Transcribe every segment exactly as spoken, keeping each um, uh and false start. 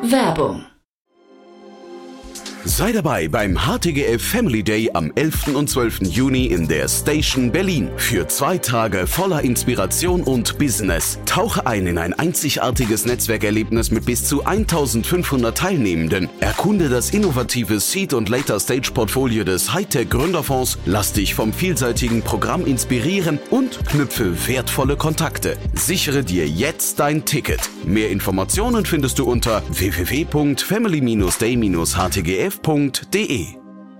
Werbung. Sei dabei beim H T G F Family Day am elften und zwölften Juni in der Station Berlin. Für zwei Tage voller Inspiration und Business. Tauche ein in ein einzigartiges Netzwerkerlebnis mit bis zu eintausendfünfhundert Teilnehmenden. Erkunde das innovative Seed- und Later-Stage-Portfolio des Hightech-Gründerfonds. Lass dich vom vielseitigen Programm inspirieren und knüpfe wertvolle Kontakte. Sichere dir jetzt dein Ticket. Mehr Informationen findest du unter w w w punkt family day dash h t g f punkt d e.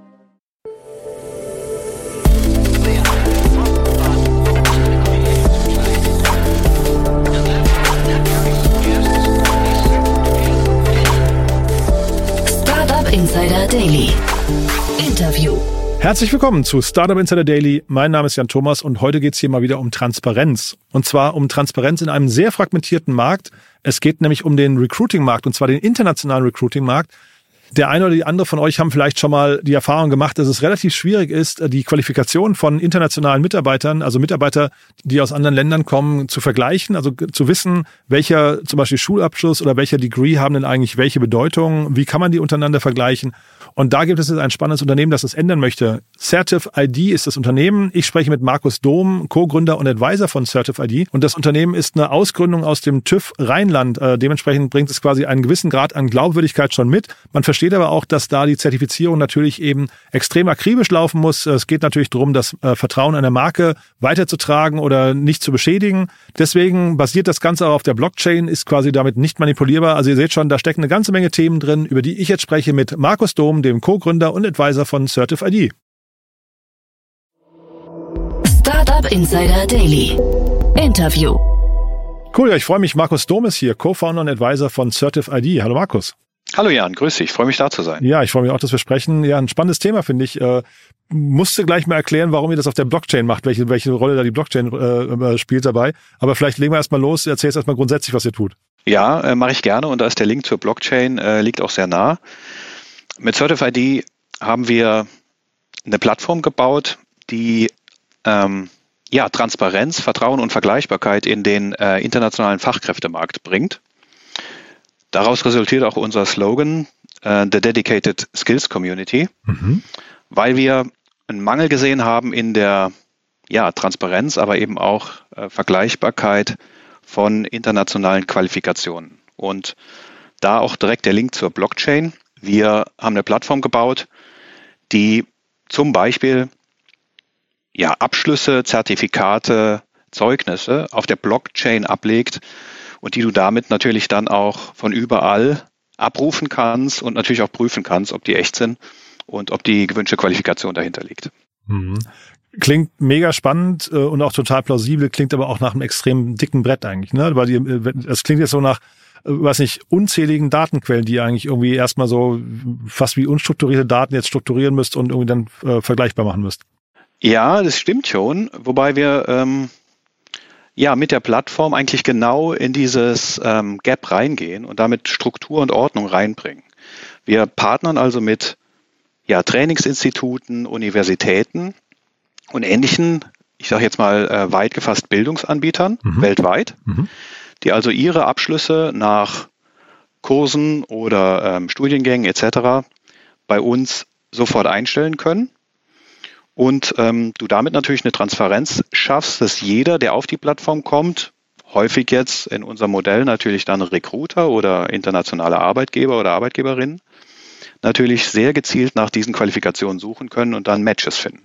Startup Insider Daily. Interview. Herzlich willkommen zu Startup Insider Daily. Mein Name ist Jan Thomas und heute geht es hier mal wieder um Transparenz. Und zwar um Transparenz in einem sehr fragmentierten Markt. Es geht nämlich um den Recruiting-Markt und zwar den internationalen Recruiting-Markt. Der eine oder die andere von euch haben vielleicht schon mal die Erfahrung gemacht, dass es relativ schwierig ist, die Qualifikation von internationalen Mitarbeitern, also Mitarbeiter, die aus anderen Ländern kommen, zu vergleichen, also zu wissen, welcher zum Beispiel Schulabschluss oder welcher Degree haben denn eigentlich welche Bedeutung, wie kann man die untereinander vergleichen. Und da gibt es jetzt ein spannendes Unternehmen, das das ändern möchte. Certif I D ist das Unternehmen. Ich spreche mit Markus Dohm, Co-Gründer und Advisor von Certif I D. Und das Unternehmen ist eine Ausgründung aus dem TÜV Rheinland. Äh, dementsprechend bringt es quasi einen gewissen Grad an Glaubwürdigkeit schon mit. Man versteht aber auch, dass da die Zertifizierung natürlich eben extrem akribisch laufen muss. Es geht natürlich darum, das äh, Vertrauen einer Marke weiterzutragen oder nicht zu beschädigen. Deswegen basiert das Ganze auch auf der Blockchain, ist quasi damit nicht manipulierbar. Also ihr seht schon, da stecken eine ganze Menge Themen drin, über die ich jetzt spreche mit Markus Dohm, dem Co-Gründer und Advisor von Certif I D. Startup Insider Daily. Interview. Cool, ja, ich freue mich. Markus Dohm ist hier, Co-Founder und Advisor von Certif I D. Hallo Markus. Hallo Jan, grüß dich. Ich freue mich, da zu sein. Ja, ich freue mich auch, dass wir sprechen. Ja, ein spannendes Thema, finde ich. Äh, musst du gleich mal erklären, warum ihr das auf der Blockchain macht, welche, welche Rolle da die Blockchain äh, spielt dabei. Aber vielleicht legen wir erstmal los, erzählst erstmal grundsätzlich, was ihr tut. Ja, äh, mache ich gerne und da ist der Link zur Blockchain, äh, liegt auch sehr nah. Mit Certif I D haben wir eine Plattform gebaut, die ähm, ja, Transparenz, Vertrauen und Vergleichbarkeit in den äh, internationalen Fachkräftemarkt bringt. Daraus resultiert auch unser Slogan, uh, The Dedicated Skills Community, mhm. weil wir einen Mangel gesehen haben in der ja, Transparenz, aber eben auch äh, Vergleichbarkeit von internationalen Qualifikationen. Und da auch direkt der Link zur Blockchain. Wir haben eine Plattform gebaut, die zum Beispiel ja, Abschlüsse, Zertifikate, Zeugnisse auf der Blockchain ablegt, und die du damit natürlich dann auch von überall abrufen kannst und natürlich auch prüfen kannst, ob die echt sind und ob die gewünschte Qualifikation dahinter liegt. Mhm. Klingt mega spannend und auch total plausibel, klingt aber auch nach einem extrem dicken Brett eigentlich, ne? Weil die, es klingt jetzt so nach, weiß nicht, unzähligen Datenquellen, die ihr eigentlich irgendwie erstmal so fast wie unstrukturierte Daten jetzt strukturieren müsst und irgendwie dann äh, vergleichbar machen müsst. Ja, das stimmt schon, wobei wir ähm, ja mit der Plattform eigentlich genau in dieses ähm, Gap reingehen und damit Struktur und Ordnung reinbringen. Wir partnern also mit ja, Trainingsinstituten, Universitäten und ähnlichen, ich sage jetzt mal äh, weit gefasst Bildungsanbietern mhm. weltweit, mhm. die also ihre Abschlüsse nach Kursen oder ähm, Studiengängen et cetera bei uns sofort einstellen können. Und ähm, du damit natürlich eine Transparenz schaffst, dass jeder, der auf die Plattform kommt, häufig jetzt in unserem Modell natürlich dann Recruiter oder internationale Arbeitgeber oder Arbeitgeberinnen, natürlich sehr gezielt nach diesen Qualifikationen suchen können und dann Matches finden.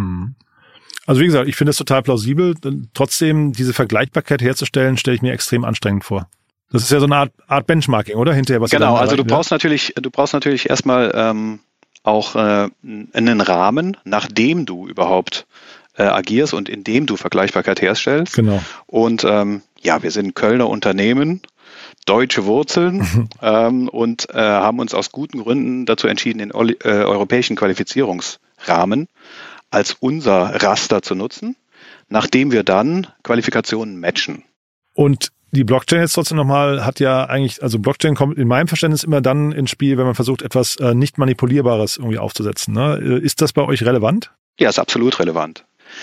Also wie gesagt, ich finde es total plausibel. Trotzdem diese Vergleichbarkeit herzustellen, stelle ich mir extrem anstrengend vor. Das ist ja so eine Art, Art Benchmarking, oder? Hinterher, was genau, also du ja? brauchst natürlich, du brauchst natürlich erstmal ähm, auch äh, einen Rahmen, nachdem du überhaupt äh, agierst und indem du Vergleichbarkeit herstellst. Genau. Und ähm, ja, wir sind Kölner Unternehmen, deutsche Wurzeln ähm, und äh, haben uns aus guten Gründen dazu entschieden, den äh, europäischen Qualifizierungsrahmen als unser Raster zu nutzen, nachdem wir dann Qualifikationen matchen. Und die Blockchain jetzt trotzdem nochmal hat ja eigentlich, also Blockchain kommt in meinem Verständnis immer dann ins Spiel, wenn man versucht, etwas äh, nicht manipulierbares irgendwie aufzusetzen. Ne? Ist das bei euch relevant? Ja, ist absolut relevant.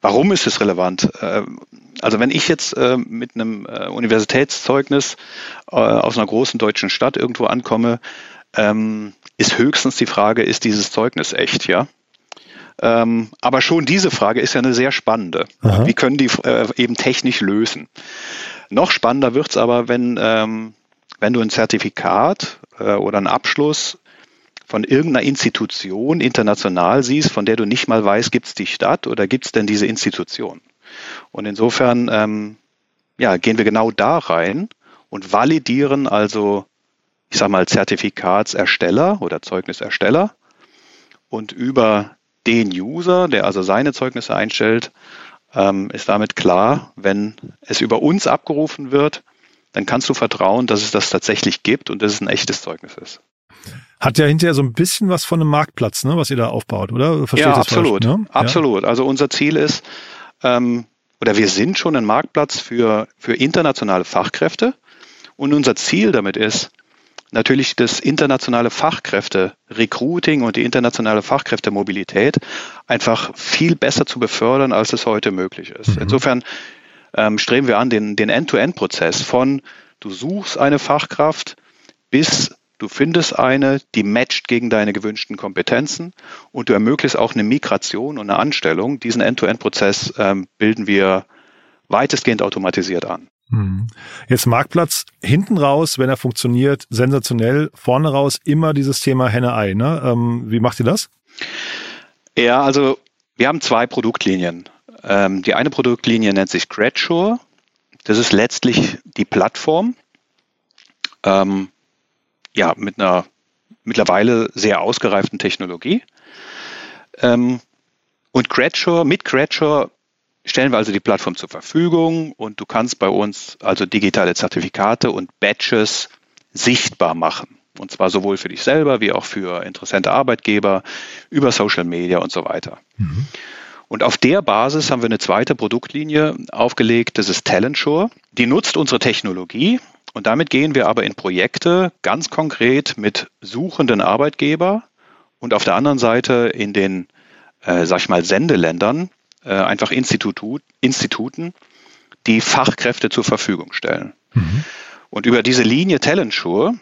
warum ist es relevant? Äh, also wenn ich jetzt äh, mit einem äh, Universitätszeugnis äh, aus einer großen deutschen Stadt irgendwo ankomme, ähm, ist höchstens die Frage, ist dieses Zeugnis echt, ja? Ähm, aber schon diese Frage ist ja eine sehr spannende. Aha. Wie können die äh, eben technisch lösen? Noch spannender wird's aber, wenn, ähm, wenn du ein Zertifikat äh, oder einen Abschluss von irgendeiner Institution international siehst, von der du nicht mal weißt, gibt es die Stadt oder gibt es denn diese Institution? Und insofern ähm, ja, gehen wir genau da rein und validieren also, ich sage mal, Zertifikatsersteller oder Zeugnisersteller und über den User, der also seine Zeugnisse einstellt, ähm, ist damit klar, wenn es über uns abgerufen wird, dann kannst du vertrauen, dass es das tatsächlich gibt und dass es ein echtes Zeugnis ist. Hat ja hinterher so ein bisschen was von einem Marktplatz, ne, was ihr da aufbaut, oder? Versteht ja, das absolut. Falsch, ne? Absolut. Also unser Ziel ist, ähm, oder wir sind schon ein Marktplatz für, für internationale Fachkräfte und unser Ziel damit ist, natürlich das internationale Fachkräfte-Recruiting und die internationale Fachkräftemobilität einfach viel besser zu befördern, als es heute möglich ist. Mhm. Insofern ähm, streben wir an, den, den End-to-End-Prozess von du suchst eine Fachkraft bis du findest eine, die matcht gegen deine gewünschten Kompetenzen und du ermöglichst auch eine Migration und eine Anstellung. Diesen End-to-End-Prozess ähm, bilden wir weitestgehend automatisiert an. Jetzt Marktplatz, hinten raus, wenn er funktioniert, sensationell, vorne raus immer dieses Thema Henne-Ei. Ne? Ähm, wie macht ihr das? Ja, also wir haben zwei Produktlinien. Ähm, die eine Produktlinie nennt sich GradSure. Das ist letztlich die Plattform, ähm, ja, mit einer mittlerweile sehr ausgereiften Technologie. Ähm, und GradSure, mit GradSure stellen wir also die Plattform zur Verfügung und du kannst bei uns also digitale Zertifikate und Badges sichtbar machen. Und zwar sowohl für dich selber wie auch für interessante Arbeitgeber über Social Media und so weiter. Mhm. Und auf der Basis haben wir eine zweite Produktlinie aufgelegt, das ist TalentSure. Die nutzt unsere Technologie und damit gehen wir aber in Projekte ganz konkret mit suchenden Arbeitgeber und auf der anderen Seite in den, äh, sag ich mal, Sendeländern, einfach Institutu- Instituten, die Fachkräfte zur Verfügung stellen. Mhm. Und über diese Linie TalentSure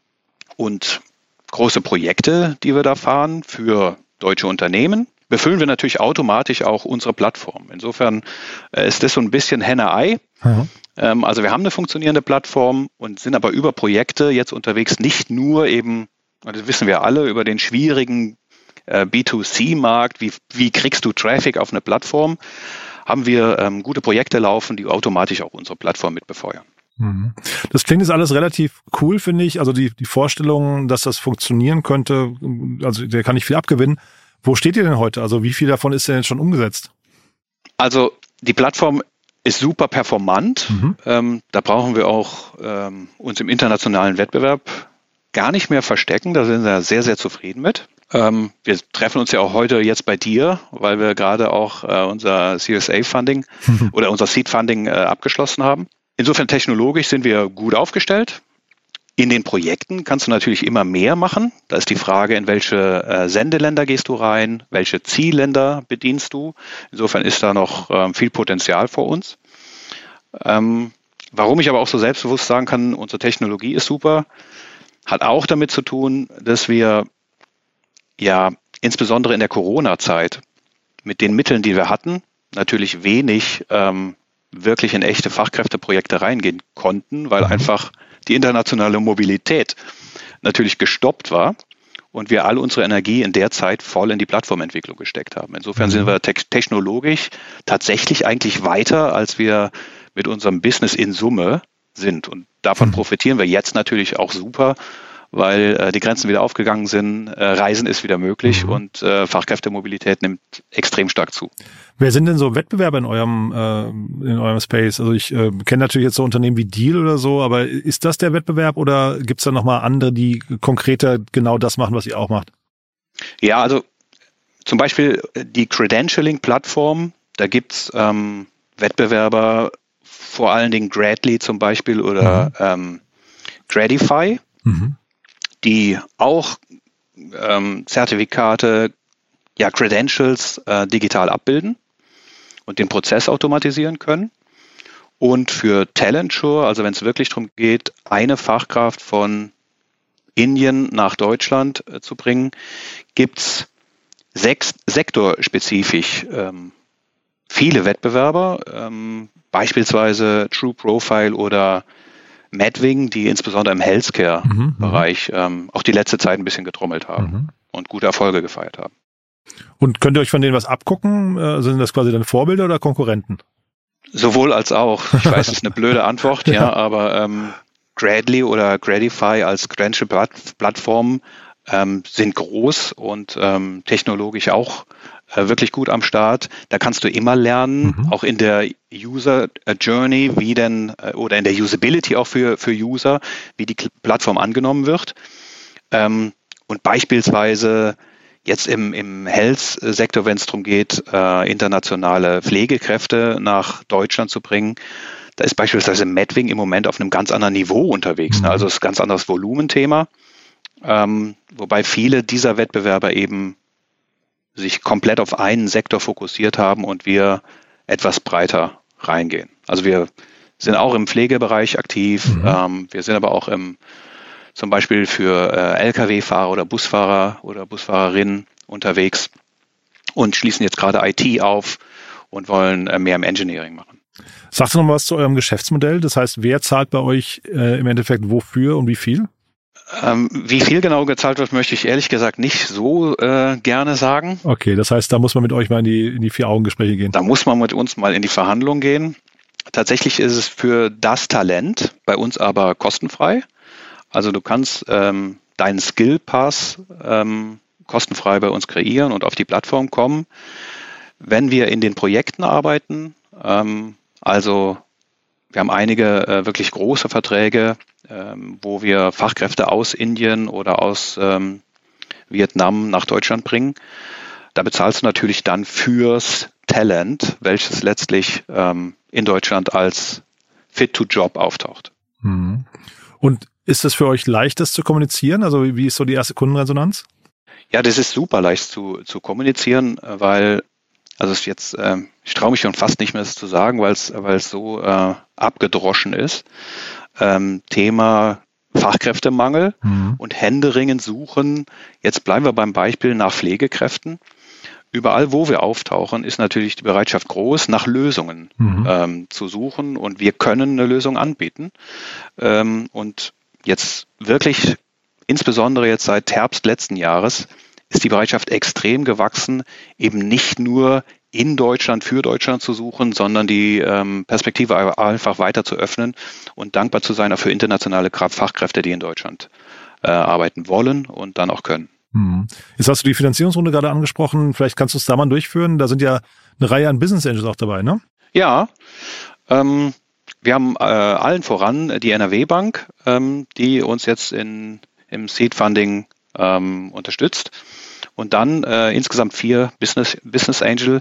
und große Projekte, die wir da fahren für deutsche Unternehmen, befüllen wir natürlich automatisch auch unsere Plattform. Insofern äh, ist das so ein bisschen Henne-Ei. Mhm. Ähm, also wir haben eine funktionierende Plattform und sind aber über Projekte jetzt unterwegs, nicht nur eben, das wissen wir alle, über den schwierigen B zwei C-Markt, wie, wie kriegst du Traffic auf eine Plattform, haben wir ähm, gute Projekte laufen, die automatisch auch unsere Plattform mit befeuern. Das klingt jetzt alles relativ cool, finde ich. Also die, die Vorstellung, dass das funktionieren könnte, also der kann ich viel abgewinnen. Wo steht ihr denn heute? Also wie viel davon ist denn jetzt schon umgesetzt? Also die Plattform ist super performant. Mhm. Ähm, da brauchen wir auch ähm, uns im internationalen Wettbewerb gar nicht mehr verstecken. Da sind wir sehr, sehr zufrieden mit. Ähm, wir treffen uns ja auch heute jetzt bei dir, weil wir gerade auch äh, unser Series A-Funding oder unser Seed-Funding äh, abgeschlossen haben. Insofern technologisch sind wir gut aufgestellt. In den Projekten kannst du natürlich immer mehr machen. Da ist die Frage, in welche äh, Sendeländer gehst du rein, welche Zielländer bedienst du. Insofern ist da noch ähm, viel Potenzial vor uns. Ähm, warum ich aber auch so selbstbewusst sagen kann, unsere Technologie ist super, hat auch damit zu tun, dass wir ja insbesondere in der Corona-Zeit mit den Mitteln, die wir hatten, natürlich wenig ähm, wirklich in echte Fachkräfteprojekte reingehen konnten, weil einfach die internationale Mobilität natürlich gestoppt war und wir all unsere Energie in der Zeit voll in die Plattformentwicklung gesteckt haben. Insofern sind wir te- technologisch tatsächlich eigentlich weiter, als wir mit unserem Business in Summe sind. Und davon profitieren wir jetzt natürlich auch super, weil äh, die Grenzen wieder aufgegangen sind, äh, Reisen ist wieder möglich mhm. und äh, Fachkräftemobilität nimmt extrem stark zu. Wer sind denn so Wettbewerber in eurem äh, in eurem Space? Also ich äh, kenne natürlich jetzt so Unternehmen wie Deel oder so, aber ist das der Wettbewerb oder gibt es da nochmal andere, die konkreter genau das machen, was ihr auch macht? Ja, also zum Beispiel die Credentialing-Plattform, da gibt es ähm, Wettbewerber, vor allen Dingen Gradly zum Beispiel oder mhm. ähm, Gradify. Mhm. die auch ähm, Zertifikate, ja Credentials äh, digital abbilden. und den Prozess automatisieren können. Und für Talentsure, also wenn es wirklich darum geht, eine Fachkraft von Indien nach Deutschland äh, zu bringen, gibt es sechs sektorspezifisch ähm, viele Wettbewerber, ähm, beispielsweise True Profile oder Medwing, die insbesondere im Healthcare-Bereich mhm, ähm, auch die letzte Zeit ein bisschen getrommelt haben mhm. und gute Erfolge gefeiert haben. Und könnt ihr euch von denen was abgucken? Äh, sind das quasi dann Vorbilder oder Konkurrenten? Sowohl als auch. Ich weiß, das ist eine blöde Antwort, ja, aber ähm, Gradly oder Gradify als Credential-Plattformen ähm, sind groß und ähm, technologisch auch äh, wirklich gut am Start. Da kannst du immer lernen, mhm. auch in der User Journey, wie denn äh, oder in der Usability auch für, für User, wie die Plattform angenommen wird. Ähm, und beispielsweise jetzt im, im Health-Sektor, wenn es darum geht, äh, internationale Pflegekräfte nach Deutschland zu bringen, da ist beispielsweise Medwing im Moment auf einem ganz anderen Niveau unterwegs. Mhm. Ne? Also es ist ein ganz anderes Volumenthema, ähm, wobei viele dieser Wettbewerber eben sich komplett auf einen Sektor fokussiert haben und wir etwas breiter reingehen. Also wir sind auch im Pflegebereich aktiv, mhm. ähm, wir sind aber auch im zum Beispiel für äh, L K W-Fahrer oder Busfahrer oder Busfahrerinnen unterwegs und schließen jetzt gerade I T auf und wollen äh, mehr im Engineering machen. Sagst du noch mal was zu eurem Geschäftsmodell? Das heißt, wer zahlt bei euch äh, im Endeffekt wofür und wie viel? Ähm, wie viel genau gezahlt wird, möchte ich ehrlich gesagt nicht so äh, gerne sagen. Okay, das heißt, da muss man mit euch mal in die, in die Vier-Augen-Gespräche gehen. Da muss man mit uns mal in die Verhandlung gehen. Tatsächlich ist es für das Talent bei uns aber kostenfrei. Also du kannst ähm, deinen Skill-Pass ähm, kostenfrei bei uns kreieren und auf die Plattform kommen. Wenn wir in den Projekten arbeiten, ähm, also wir haben einige äh, wirklich große Verträge, ähm, wo wir Fachkräfte aus Indien oder aus ähm, Vietnam nach Deutschland bringen. Da bezahlst du natürlich dann fürs Talent, welches letztlich ähm, in Deutschland als Fit-to-Job auftaucht. Mhm. Und ist es für euch leicht, das zu kommunizieren? Also wie ist so die erste Kundenresonanz? Ja, das ist super leicht zu, zu kommunizieren, weil, also es ist jetzt, äh, ich traue mich schon fast nicht mehr, das zu sagen, weil es weil es so äh, abgedroschen ist. Ähm, Thema Fachkräftemangel mhm. und händeringend suchen. Jetzt bleiben wir beim Beispiel nach Pflegekräften. Überall, wo wir auftauchen, ist natürlich die Bereitschaft groß, nach Lösungen mhm. ähm, zu suchen und wir können eine Lösung anbieten. Ähm, und jetzt wirklich, insbesondere jetzt seit Herbst letzten Jahres, ist die Bereitschaft extrem gewachsen, eben nicht nur in Deutschland für Deutschland zu suchen, sondern die ähm, Perspektive einfach weiter zu öffnen und dankbar zu sein auch für internationale Fachkräfte, die in Deutschland äh, arbeiten wollen und dann auch können. Jetzt hast du die Finanzierungsrunde gerade angesprochen. Vielleicht kannst du es da mal durchführen. Da sind ja eine Reihe an Business Angels auch dabei, ne? Ja, ähm, wir haben äh, allen voran die N R W Bank, ähm, die uns jetzt in, im Seed Funding ähm, unterstützt. Und dann äh, insgesamt vier Business, Business Angel.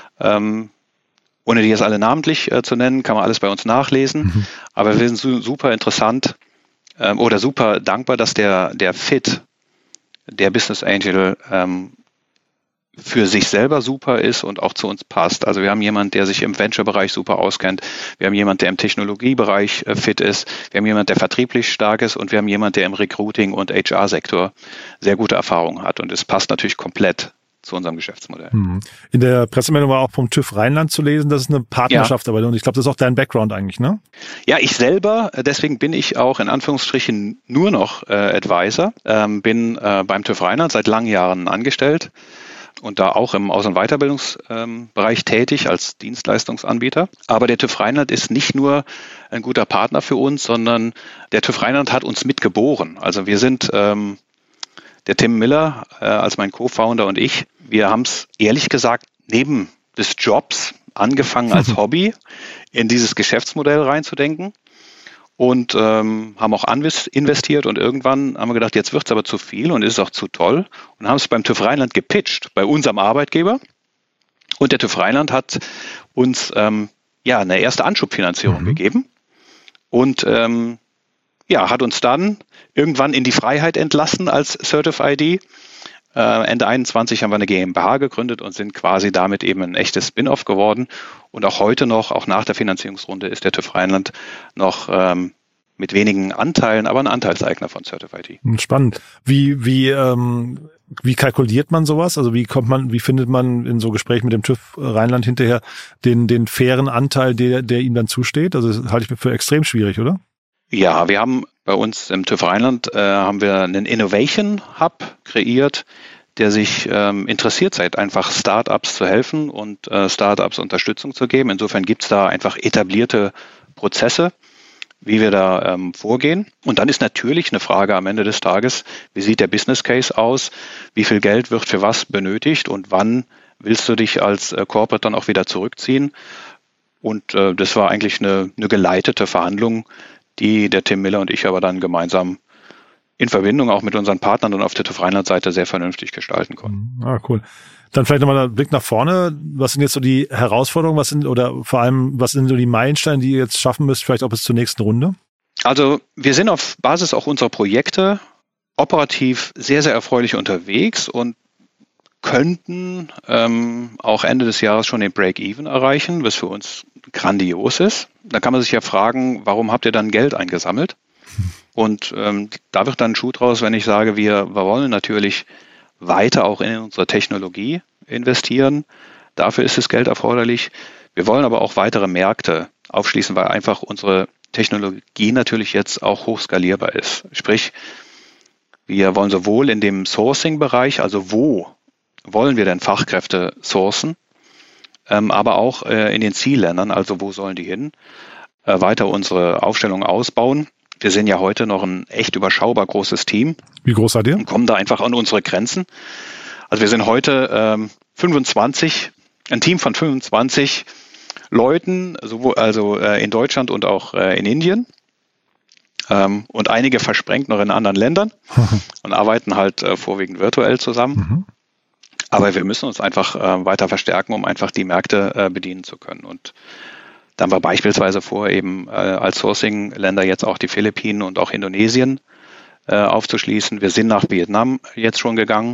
Ähm, ohne die jetzt alle namentlich äh, zu nennen, kann man alles bei uns nachlesen. Mhm. Aber wir sind su- super interessant ähm, oder super dankbar, dass der, der Fit der Business Angel ähm, für sich selber super ist und auch zu uns passt. Also wir haben jemanden, der sich im Venture-Bereich super auskennt. Wir haben jemanden, der im Technologiebereich äh, fit ist. Wir haben jemanden, der vertrieblich stark ist. Und wir haben jemanden, der im Recruiting- und H R-Sektor sehr gute Erfahrungen hat. Und es passt natürlich komplett zu unserem Geschäftsmodell. In der Pressemeldung war auch vom TÜV Rheinland zu lesen, das ist eine Partnerschaft. Ja. Aber und ich glaube, das ist auch dein Background eigentlich, ne? Ja, ich selber, deswegen bin ich auch in Anführungsstrichen nur noch äh, Advisor, ähm, bin äh, beim TÜV Rheinland seit langen Jahren angestellt und da auch im Aus- und Weiterbildungsbereich ähm, tätig als Dienstleistungsanbieter. Aber der TÜV Rheinland ist nicht nur ein guter Partner für uns, sondern der TÜV Rheinland hat uns mitgeboren. Also wir sind ähm, der Tim Miller äh, als mein Co-Founder und ich, wir haben es ehrlich gesagt neben des Jobs angefangen als Hobby in dieses Geschäftsmodell reinzudenken und ähm, haben auch investiert und irgendwann haben wir gedacht, jetzt wird es aber zu viel und ist auch zu toll und haben es beim TÜV Rheinland gepitcht, bei unserem Arbeitgeber. Und der TÜV Rheinland hat uns ähm, ja eine erste Anschubfinanzierung mhm. gegeben und ähm, ja, hat uns dann irgendwann in die Freiheit entlassen als Certif I D Äh, Ende einundzwanzig haben wir eine GmbH gegründet und sind quasi damit eben ein echtes Spin-off geworden. Und auch heute noch, auch nach der Finanzierungsrunde, ist der TÜV Rheinland noch ähm, mit wenigen Anteilen, aber ein Anteilseigner von CertifID. Spannend. Wie, wie, ähm, wie kalkuliert man sowas? Also wie kommt man, wie findet man in so Gesprächen mit dem TÜV Rheinland hinterher den, den fairen Anteil, der, der ihm dann zusteht? Also das halte ich mir für extrem schwierig, oder? Ja, wir haben bei uns im TÜV Rheinland äh, haben wir einen Innovation Hub kreiert, der sich ähm, interessiert seid, einfach Startups zu helfen und äh, Startups Unterstützung zu geben. Insofern gibt es da einfach etablierte Prozesse, wie wir da ähm, vorgehen. Und dann ist natürlich eine Frage am Ende des Tages, wie sieht der Business Case aus, wie viel Geld wird für was benötigt und wann willst du dich als äh, Corporate dann auch wieder zurückziehen. Und äh, das war eigentlich eine, eine geleitete Verhandlung, die der Tim Miller und ich aber dann gemeinsam in Verbindung auch mit unseren Partnern und auf der TÜV Rheinland-Seite sehr vernünftig gestalten konnten. Ah, cool. Dann vielleicht nochmal ein Blick nach vorne. Was sind jetzt so die Herausforderungen, was sind oder vor allem, was sind so die Meilensteine, die ihr jetzt schaffen müsst, vielleicht auch bis zur nächsten Runde? Also wir sind auf Basis auch unserer Projekte operativ sehr, sehr erfreulich unterwegs und könnten ähm, auch Ende des Jahres schon den Break-Even erreichen, was für uns grandios ist. Da kann man sich ja fragen, warum habt ihr dann Geld eingesammelt? Und ähm, da wird dann ein Schuh draus, wenn ich sage, wir, wir wollen natürlich weiter auch in unsere Technologie investieren. Dafür ist das Geld erforderlich. Wir wollen aber auch weitere Märkte aufschließen, weil einfach unsere Technologie natürlich jetzt auch hochskalierbar ist. Sprich, wir wollen sowohl in dem Sourcing-Bereich, also wo wollen wir denn Fachkräfte sourcen, ähm, aber auch äh, in den Zielländern, also wo sollen die hin, äh, weiter unsere Aufstellung ausbauen. Wir sind ja heute noch ein echt überschaubar großes Team. Wie groß seid ihr? Und kommen da einfach an unsere Grenzen. Also wir sind heute ähm, fünfundzwanzig, ein Team von fünfundzwanzig Leuten, sowohl, also äh, in Deutschland und auch äh, in Indien. Ähm, und einige versprengt noch in anderen Ländern und arbeiten halt äh, vorwiegend virtuell zusammen. Mhm. Aber wir müssen uns einfach äh, weiter verstärken, um einfach die Märkte äh, bedienen zu können. Und da haben wir beispielsweise vor, eben äh, als Sourcing-Länder jetzt auch die Philippinen und auch Indonesien äh, aufzuschließen. Wir sind nach Vietnam jetzt schon gegangen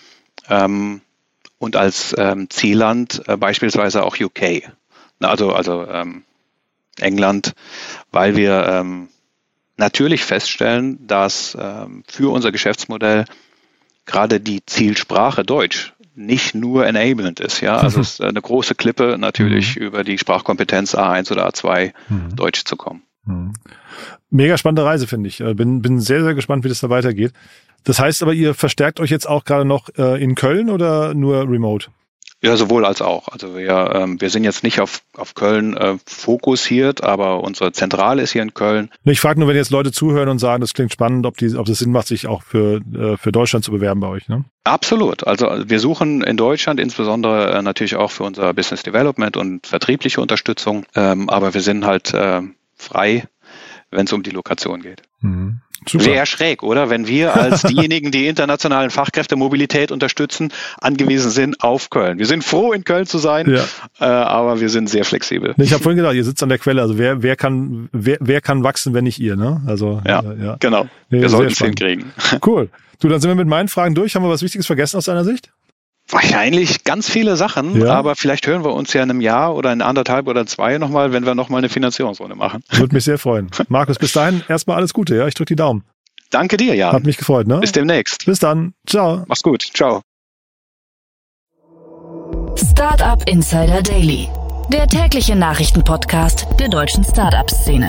ähm, und als ähm, Zielland äh, beispielsweise auch U K, also, also ähm, England, weil wir ähm, natürlich feststellen, dass ähm, für unser Geschäftsmodell gerade die Zielsprache Deutsch nicht nur enablend ist, ja, also es ist eine große Klippe natürlich mhm. über die Sprachkompetenz A eins oder A zwei mhm. Deutsch zu kommen. Mhm. Mega spannende Reise, finde ich. Bin, bin sehr, sehr gespannt, wie das da weitergeht. Das heißt aber, ihr verstärkt euch jetzt auch gerade noch äh, in Köln oder nur remote? Ja, sowohl als auch. Also wir, ähm, wir sind jetzt nicht auf, auf Köln äh, fokussiert, aber unsere Zentrale ist hier in Köln. Ich frage nur, wenn jetzt Leute zuhören und sagen, das klingt spannend, ob, die, ob das Sinn macht, sich auch für, äh, für Deutschland zu bewerben bei euch, ne? Absolut. Also wir suchen in Deutschland insbesondere äh, natürlich auch für unser Business Development und vertriebliche Unterstützung, ähm, aber wir sind halt äh, frei, wenn es um die Lokation geht. Mhm. Sehr schräg, oder? Wenn wir als diejenigen, die internationalen Fachkräftemobilität unterstützen, angewiesen sind auf Köln. Wir sind froh, in Köln zu sein, ja. äh, aber wir sind sehr flexibel. Ich habe vorhin gedacht, ihr sitzt an der Quelle. Also wer, wer kann, wer, wer kann wachsen, wenn nicht ihr? Ne? Also ja, äh, ja. genau. Nee, wir sollten es hinkriegen. Cool. Du, dann sind wir mit meinen Fragen durch. Haben wir was Wichtiges vergessen aus deiner Sicht? Wahrscheinlich ganz viele Sachen, ja. aber vielleicht hören wir uns ja in einem Jahr oder in anderthalb oder zwei nochmal, wenn wir nochmal eine Finanzierungsrunde machen. Würde mich sehr freuen. Markus, bis dahin erstmal alles Gute. Ja, ich drücke die Daumen. Danke dir, Jan. Hat mich gefreut. Ne? Bis demnächst. Bis dann. Ciao. Mach's gut. Ciao. Startup Insider Daily, der tägliche Nachrichtenpodcast der deutschen Startup-Szene.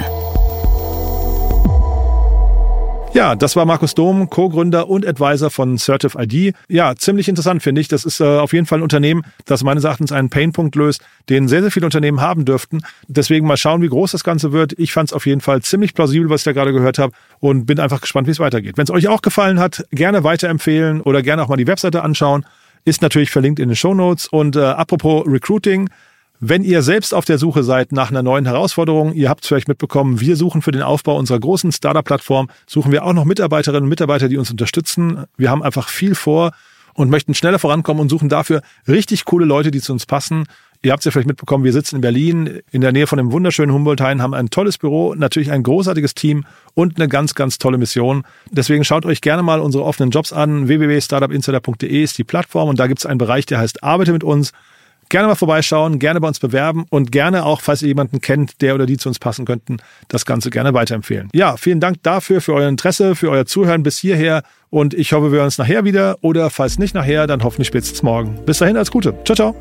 Ja, das war Markus Dom, Co-Gründer und Advisor von CertifID. Ja, ziemlich interessant, finde ich. Das ist äh, auf jeden Fall ein Unternehmen, das meines Erachtens einen Painpunkt löst, den sehr, sehr viele Unternehmen haben dürften. Deswegen mal schauen, wie groß das Ganze wird. Ich fand es auf jeden Fall ziemlich plausibel, was ich da gerade gehört habe und bin einfach gespannt, wie es weitergeht. Wenn es euch auch gefallen hat, gerne weiterempfehlen oder gerne auch mal die Webseite anschauen. Ist natürlich verlinkt in den Shownotes. Und äh, apropos Recruiting, wenn ihr selbst auf der Suche seid nach einer neuen Herausforderung, ihr habt es vielleicht mitbekommen, wir suchen für den Aufbau unserer großen Startup-Plattform, suchen wir auch noch Mitarbeiterinnen und Mitarbeiter, die uns unterstützen. Wir haben einfach viel vor und möchten schneller vorankommen und suchen dafür richtig coole Leute, die zu uns passen. Ihr habt es ja vielleicht mitbekommen, wir sitzen in Berlin in der Nähe von dem wunderschönen Humboldt-Hain, haben ein tolles Büro, natürlich ein großartiges Team und eine ganz, ganz tolle Mission. Deswegen schaut euch gerne mal unsere offenen Jobs an. w w w punkt startup insider punkt d e ist die Plattform und da gibt es einen Bereich, der heißt Arbeite mit uns. Gerne mal vorbeischauen, gerne bei uns bewerben und gerne auch, falls ihr jemanden kennt, der oder die zu uns passen könnten, das Ganze gerne weiterempfehlen. Ja, vielen Dank dafür, für euer Interesse, für euer Zuhören bis hierher und ich hoffe, wir hören uns nachher wieder oder falls nicht nachher, dann hoffentlich spätestens morgen. Bis dahin, alles Gute. Ciao, ciao.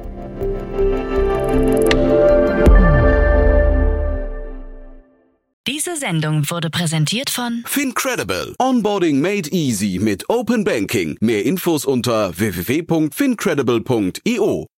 Diese Sendung wurde präsentiert von Fincredible. Onboarding made easy mit Open Banking. Mehr Infos unter w w w punkt fincredible punkt i o.